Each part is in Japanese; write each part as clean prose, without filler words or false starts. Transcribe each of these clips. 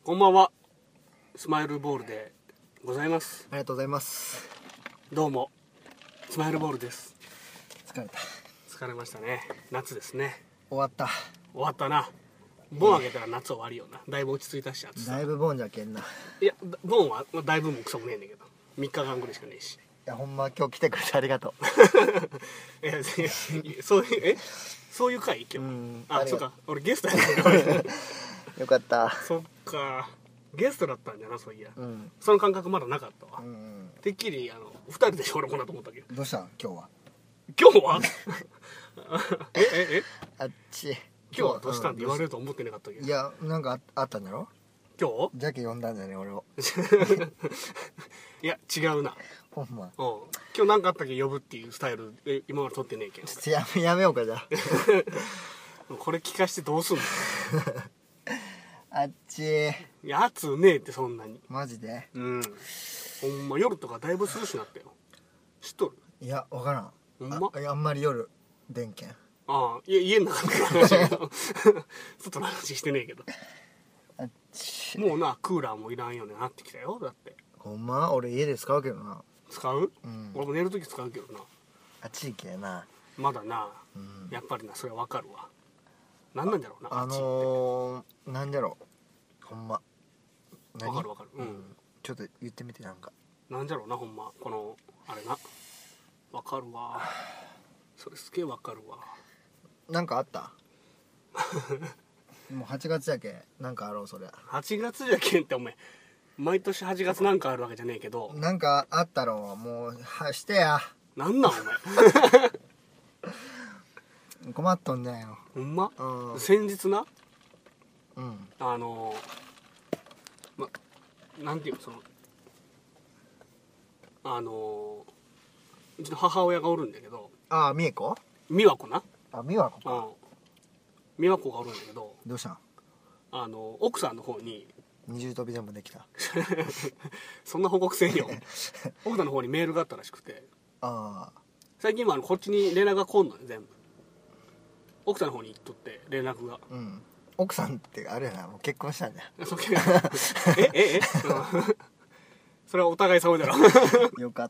こんばんは。スマイルボールでございます。 ありがとうございます。 どうもスマイルボールです。 疲れた。 疲れましたね。夏ですね。 終わった。 終わったな。ボンあげたら夏終わりよな。だいぶ落ち着いたし。 だいぶボンじゃけんな。 いやボンはだいぶもクソもねえんだけど3日間ぐらいしかねえし。 いやほんま今日来てくれてありがといやそういうそういう回今日。あ、そうか。俺ゲストやねう。よかった。 そっか。ゲストだったんじゃな。そういや、 その感覚まだなかったわ。てっきり2人でしょ俺こんなと思ったけど。 どうしたん今日は。 今日はあっち今日はどうしたんって言われると思ってなかったけど。 いやなんかあったんだろ今日じゃけ呼んだんだよね俺を。 いや違うな。 ほんま今日何かあったっけ呼ぶっていうスタイル今まで撮ってねえけど。 ちょっとやめようかじゃあ。 これ聞かしてどうすんの。 あっちいや暑ねえってそんなに。 マジで。 ほんま夜とかだいぶ涼しくなったよ。知っとる。 いやわからん。 ほんまあんまり夜電源。 いや家の中の話だけど外の話してねえけど。 あっちもうなクーラーもいらんようになってきたよ。だってほんま俺家で使うけどな。 使う、俺も寝るとき使うけどな。 あっち行けやな。 まだな、やっぱりなそれはわかるわ。なんなんだろうな。 なんだろうほんま。 わかるわかる。 ちょっと言ってみてなんか。 なんじゃろうなほんま。このあれな。わかるわ。それすげえわかるわ。 なんかあったもう8月やけなんかあろうそりゃ。 8月じゃけんってお前毎年8月なんかあるわけじゃねえけど。 なんかあったろもうしてや。 なんなんお前困っとんだよほんま、先日ななんていうのそのうちの母親がおるんだけど。 美恵子美和子な。 美和子か。 美和子がおるんだけど。 どうしたん。 奥さんの方に二重跳びでもできた。 そんな報告せんよ。奥さんの方にメールがあったらしくて。最近はこっちに連絡が来んのよ全部。奥さんの方に行っとって連絡が。 奥さんってあれやなもう結婚したんだよ。 それはお互い様だろ。 よかった。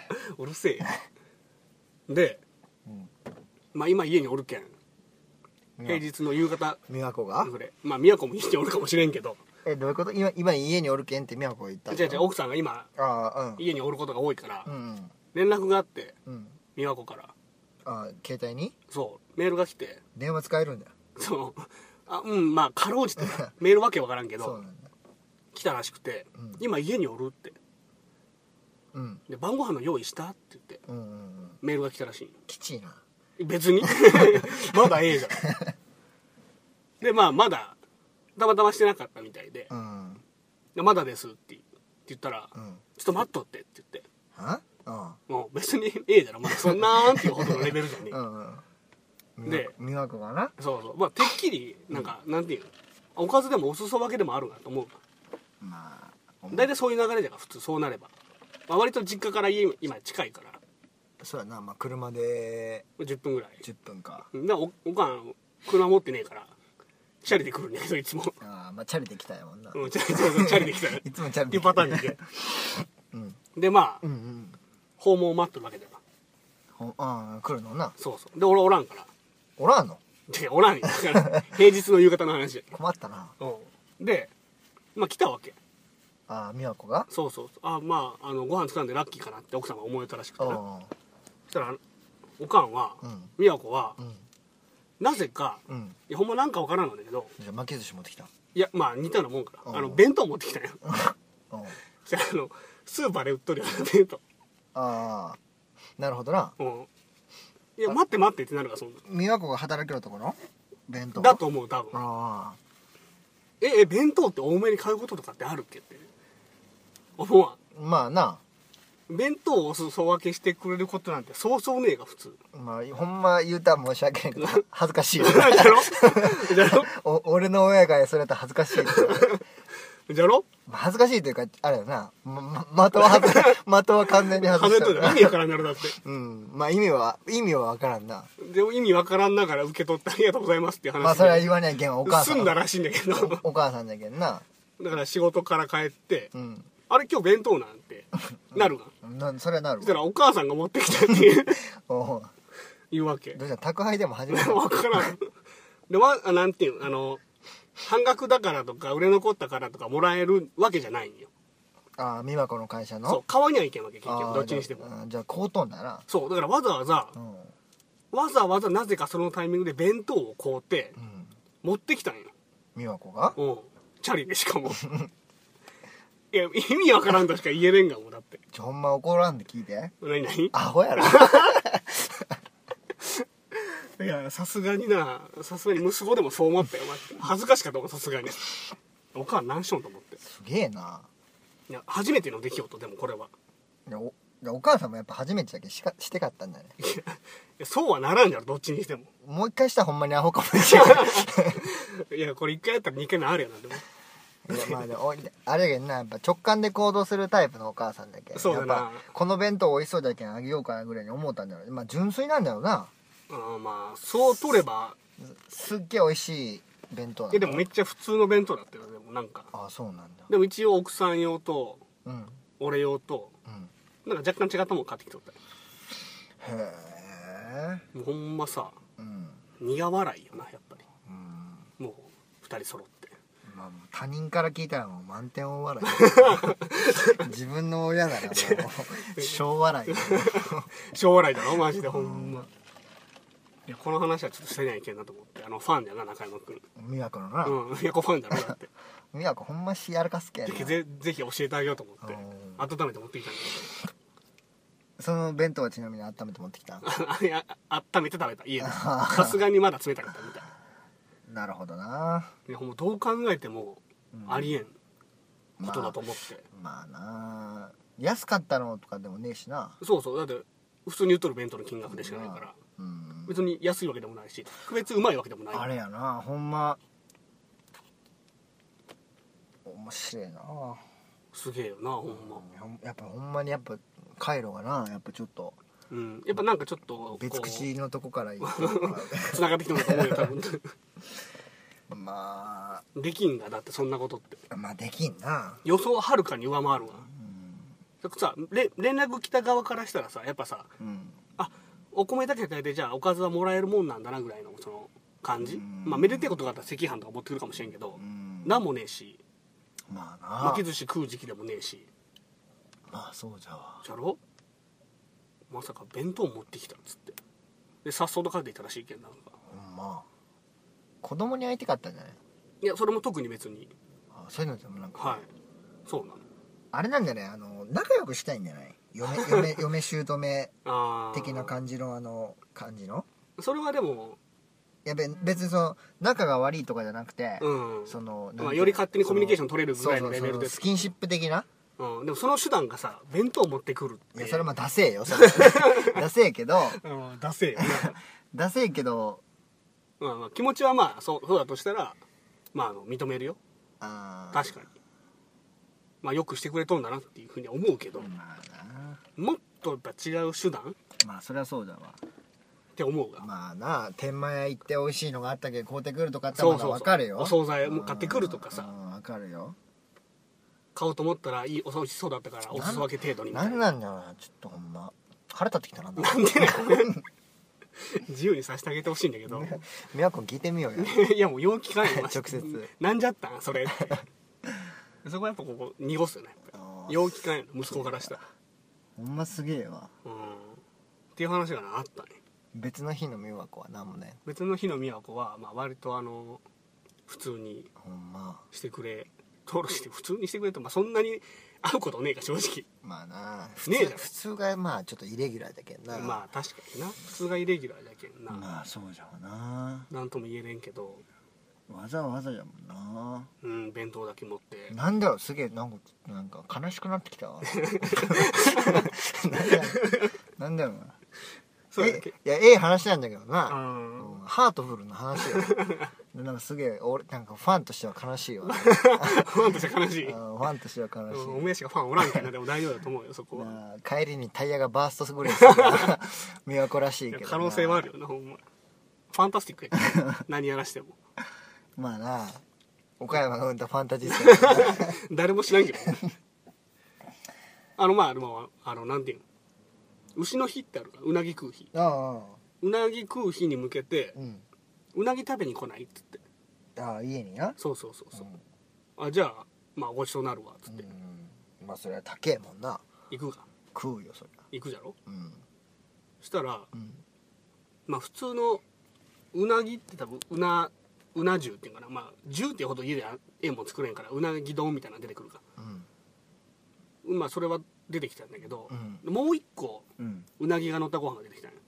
うるせえよ。で、今家におるけん平日の夕方。 美和子が美和子も家におるかもしれんけど。 どういうこと。今家におるけんって美和子が言った。 違う奥さんが今家におることが多いから連絡があって、美和子から携帯にそうメールが来て。 電話使えるんだよ。 そうかろうじてメールわけわからんけどそうなんだ来たらしくて、今家におるって、で晩ご飯の用意したって言って、メールが来たらしい。 きちいな別にまだええじゃん。でまだたまたましてなかったみたいで、まだですって言ったら、ちょっと待っとってって言って、もう別にええじゃろまだそんなーんっていうほどのレベルじゃねえ。で美和子がなそうてっきりなんていうのおかずでもお裾分けでもあるなと思う。大体そういう流れじゃん普通そうなれば。割と実家から家今近いから。 そうやな車で 10分ぐらい。 10分か。 おかん車持ってねえからチャリで来るんだけどいつも。 チャリで来たやもんな。 チャリで来たよ。 いつもチャリで。っていうパターンで。で訪問を待ってるわけだよ。 来るのな。 そうで俺おらんから。 おらんの。 おらんよ。だから平日の夕方の話。 困ったな。 で来たわけ。 美和子がそうご飯作ったんでラッキーかなって奥さんが思えたらしくてな。そしたらおかんは美和子はなぜかほんまなんかわからんのだけど。 じゃあ巻き寿司持ってきた。 いや似たようなもんから弁当持ってきたんよ。じゃスーパーで売っとるような弁当。 なるほどな。 いや待ってってなるからそんな。 美和子が働けるところ弁当だと思う多分。弁当って多めに買うこととかってあるっけって思わん。 まあな。 弁当をお裾分けしてくれることなんてそうそうねえが普通。 ほんま言うたら申し訳ないけど恥ずかしい。 じゃろ俺の親がそれやったら恥ずかしい。 じゃろ恥ずかしいというかあれやな的は完全に外した。 意味わからんなるだって。 意味はわからんな。 でも意味わからんながら受け取ってありがとうございますっていう話。 それは言わないけんお母さん。 済んだらしいんだけど。 お母さんだけんな。 だから仕事から帰って、 うん、 あれ今日弁当なんてなるがそれはなるわ。 そしたらお母さんが持ってきたっていうお言うわけ。 どうした宅配でも始めた分からん。でなんていう半額だからとか売れ残ったからとかもらえるわけじゃないんよ。 ああ美和子の会社のそう買わにはいけんわけ結局どっちにしても。 じゃあ買うとんだな。 そうだからわざわざなぜかそのタイミングで弁当を買うて、うん、持ってきたんよ美和子が。 うんチャリでしかもいや意味わからんとしか言えれんがもうだって。 ほんま怒らんで聞いて。 何アホやろいやさすがに息子でもそう思ったよ恥ずかしかったもんさすがに。お母何しよんと思って。 すげえな。 いや初めての出来事でもこれは。 いやお母さんもやっぱ初めてだけしてかったんだね。 いやそうはならんじゃろどっちにしても。 もう一回したらほんまにアホかもしれないいやこれ一回やったら二回のあるやなでも。 いやまあねあれやけんなやっぱ直感で行動するタイプのお母さんだけ。 そうだな。 やっぱこの弁当美味しそうだけんあげようかなぐらいに思ったんだろう。まあ純粋なんだろうな。 まあそう取ればすっげえ美味しい弁当なんだ。 でもめっちゃ普通の弁当だったよでもなんか。 あそうなんだ。 でも一応奥さん用と、 うん、 俺用と、うん、なんか若干違ったもん買ってきとった。 へえ。 もうほんまさ、うん、苦笑いよなやっぱり、うん、もう二人揃って。 まあ、他人から聞いたらもう満点大笑い自分の親ならもう小笑い小笑いだろマジでほんま。いやこの話はちょっとしてないけんなと思ってファンだよな中山君。 美和子のな。 うん美和子ファンだろだって。 美和子ほんましやらかすけんな。 ぜひ教えてあげようと思って温めて持ってきたんだけど。その弁当はちなみに温めて持ってきたいや温めて食べた家でさすがにまだ冷たかったみたい。 なるほどな。 いやほんまどう考えてもありえんことだと思って、 まあな安かったのとかでもねえしな。 そうだって普通に売っとる弁当の金額でしかないから、別に安いわけでもないし特別うまいわけでもない。 あれやなほんま面白いな。 すげえよなほんま。 やっぱほんまにやっぱ回路がなやっぱちょっとやっぱなんかちょっと別口のとこからつながってきてもらうと思うよ多分まあできんがだってそんなことってまあできんな。 予想ははるかに上回るわ。さ連絡来た側からしたらさやっぱさ、あお米だけ炊いてじゃあおかずはもらえるもんなんだなぐらいのその感じ。まあめでてえことがあったら赤飯とか持ってくるかもしれんけどなんもねえし、 まあな巻き寿司食う時期でもねえし。 まあそうじゃわ。 じゃろまさか弁当持ってきたっつってでさっそうとかけていたらしいけんなんか。 ほんま子供に会いたかったんじゃない。いやそれも特に別にそういうのでもなんかはいそうなのあれなんじゃない仲良くしたいんじゃない嫁姑的な感じの感じの。 それはでもいや別にその仲が悪いとかじゃなくて、そのまあ、より勝手にコミュニケーション取れるぐらいのレベルでスキンシップ的な。 でもその手段がさ弁当持ってくるって。 いやそれもダセえよそれダセえけどダセえよダセえけどまあ気持ちはまあそうだとしたらまあ認めるよ。確かにまあよくしてくれとんだなっていうふうに思うけど、まあなもっとやっぱ違う手段まあそれはそうだわって思うが。 まあな天満屋行って美味しいのがあったけど買うてくるとかってまだ分かるよ。 お惣菜も買ってくるとかさ分かるよ。 買おうと思ったらいいおいしそうだったからお裾分け程度にみたいな。 なんだろうなちょっとほんま腹立ってきたな。 なんで自由にさせてあげてほしいんだけど美和子聞いてみようよいやもうよう聞かないよ直接なんじゃったんそれってそこはやっぱここ濁すよねよう聞かないの息子からしたら。 ほんますげえわっていう話があったね。 別の日の美和子は何もね。 別の日の美和子は、まあ、割と普通にほんましてくれ登録して普通にしてくれと、まあ、そんなに会うことねえか正直。 まあなねえじゃん普通がまあちょっとイレギュラーだけんな。 まあ確かにな普通がイレギュラーだけんな。 まあそうじゃわな。 なんとも言えれんけどわざわざじゃもんな。 弁当だけ持ってなんだよすげえなんか悲しくなってきたわなんだよいや話なんだけどな、ハートフルな話よなんかすげえ俺なんかファンとしては悲しいわファンとしては悲しい。 ファンとしては悲しい。 おめえしかファンおらんけどでも大丈夫だと思うよそこは。 帰りにタイヤがバーストすぐらいするから美和子らしいけど可能性はあるよなほんま。ファンタスティックや何やらしてもまあな岡山が生んだファンタジスタ誰も知らんけどまあでもなんていうの、牛の日ってあるから、うなぎ食う日。 ああ、 うなぎ食う日に向けて、 うん、 うなぎ食べに来ないっつって。 ああ、家にな。 そう、あ、じゃあまあごちそうなるわっつって、 まあそれは高えもんな。 行くか。 食うよそりゃ。 行くじゃろ。そしたら、 うん、 まあ普通のうなぎって多分うな重っていうかな、まあ重っていうほど家でええもん作れんから、うなぎ丼みたいなの出てくるか、まあそれは出てきたんだけど、もう一個、うなぎが乗ったご飯が出てきたんよ。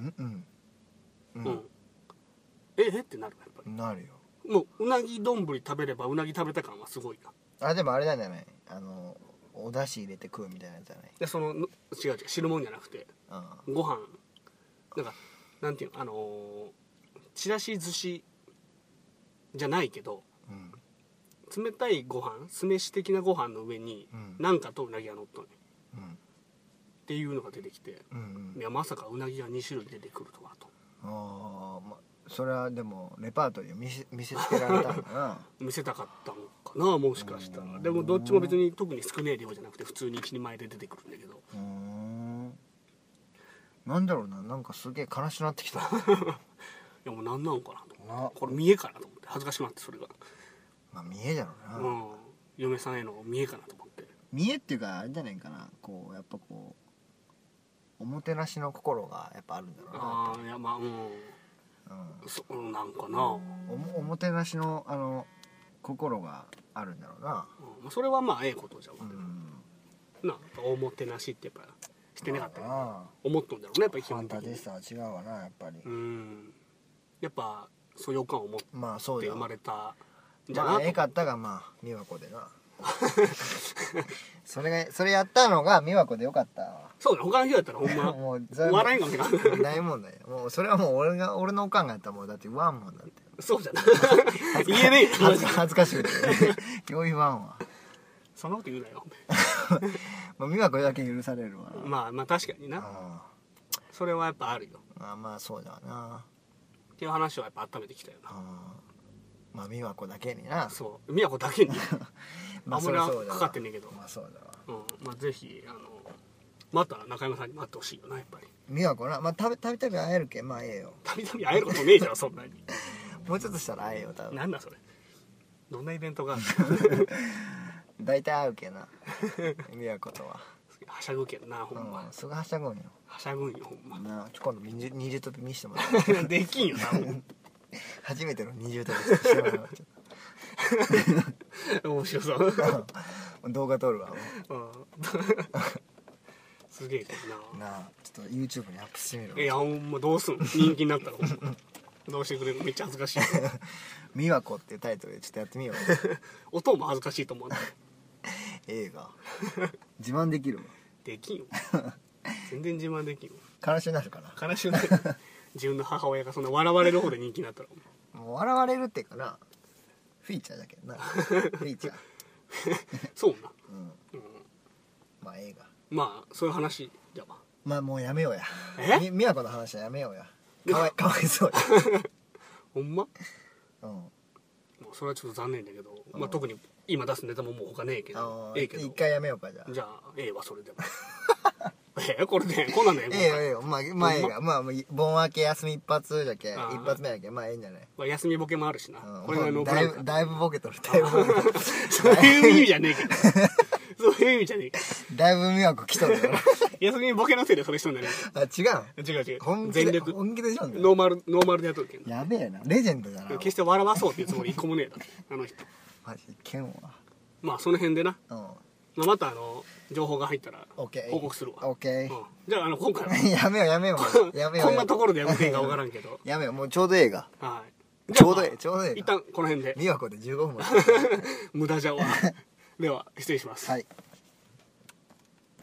ってなるやっぱり。なるよ。もううなぎ丼食べればうなぎ食べた感はすごいな。 あ、でもあれなんじゃない、お出汁入れて食うみたいなやつじゃない。 で違う汁物じゃなくて、ご飯なんかなんていうの、ちらし寿司じゃないけど、冷たいご飯、酢飯的なご飯の上になんかとうなぎが乗ったの、っていうのが出てきて、いやまさかうなぎが2種類出てくるとはと。 まあそれはでもレパートリーを見せつけられたんだな見せたかったのかな、もしかしたら。でもどっちも別に特に少ねえ量じゃなくて普通に一人前で出てくるんだけど、 なんだろうな、なんかすげえ悲しくなってきたいやもう何なのかなと、これ見えかなと思って恥ずかしくなって、それがまあ見えだろうな、 嫁さんへの見えかなと思って。 見えっていうかあれじゃないかな、こうやっぱこうおもてなしの心がやっぱあるんだろうな。 いやまあそうなんかな、 おもてなしの心があるんだろうな、 それはまあええことじゃん、なおもてなしってやっぱしてなかったよ、思っとんだろうねやっぱり基本的に。 ファンタジスタは違うわなやっぱり。 やっぱそういう予感を持って生まれたんじゃな。 まあええかったがまあ美和子でなそれやったのが美和子でよかったわ。 そうだ、他の人やったらほんまもう笑いがないもんだよ。もうそれはもう俺のおかんがやったらもうだって言わんもんだって。 そうじゃな言えねえ恥ずかしくてよう言わんわ。 そんなこと言うなよまあ美和子だけ許されるわな。 まあ確かにな、それはやっぱあるよ。 まあそうだわなっていう話はやっぱ温めてきたよな。 まあ美和子だけにな。 そう美和子だけに油かかってんねんけど、 まあそうだわ。 まあぜひまた中山さんに待ってほしいよなやっぱり。 美和子な、まあたびたび会えるけんまあええよ。 たびたび会えることねえじゃんそんなにもうちょっとしたら会えよ多分。 なんだそれ、どんなイベントがある大体会うけんな美和子とは。 はしゃぐけんなほんま、 すぐはしゃぐんよ。 はしゃぐんよほんまな。今度二重跳び見してもらうできんよ多分初めての二重跳びしてもらう面白そう動画撮るわすげえけどなあ。ちょっと YouTube にアップしてみろ。 いやほんまどうすん人気になったらほんまどうしてくれる、めっちゃ恥ずかしい美和子っていうタイトルでちょっとやってみよう音も恥ずかしいと思う映画自慢できるわ。 できんよ全然自慢できんよ。 悲しくなるかな。 悲しくなる自分の母親がそんな笑われる方で人気になったらもう笑われるっていうかな、フィーチャーだけどなフィーチャーそうな、 まあ映画、 まあそういう話じゃまあもうやめようや。美和子の話はやめようや。かわいそうやほんまもうそれはちょっと残念だけど、まあ特に今出すネタももう他ねえけど、けど一回やめようか。 じゃあええわそれでもこれでこんなんだよ。 ええよまあ映画まあ盆明け休み一発だけ一発目だけまあええんじゃない。 まあ休みボケもあるしな。これだいぶボケとる。だいぶボケとるそういう意味じゃねえけどそういう意味じゃねえか。 だいぶ迷惑来とるよ休みボケのせいでそれしとんだね。 違う全力本気でしょんだよ。 ノーマルでやっとるけど。 やべえなレジェンドだな。 決して笑わそうっていうつもり一個もねえだあの人。 マジけんわ。 まあその辺でな、また情報が入ったら報告するわ。 オッケー。 じゃあ今回はやめようやめようこんなところでやめていいか分からんけどやめようもうちょうどええが。 はいちょうどええ一旦この辺で美和子で15分無駄じゃわでは失礼します。 はい。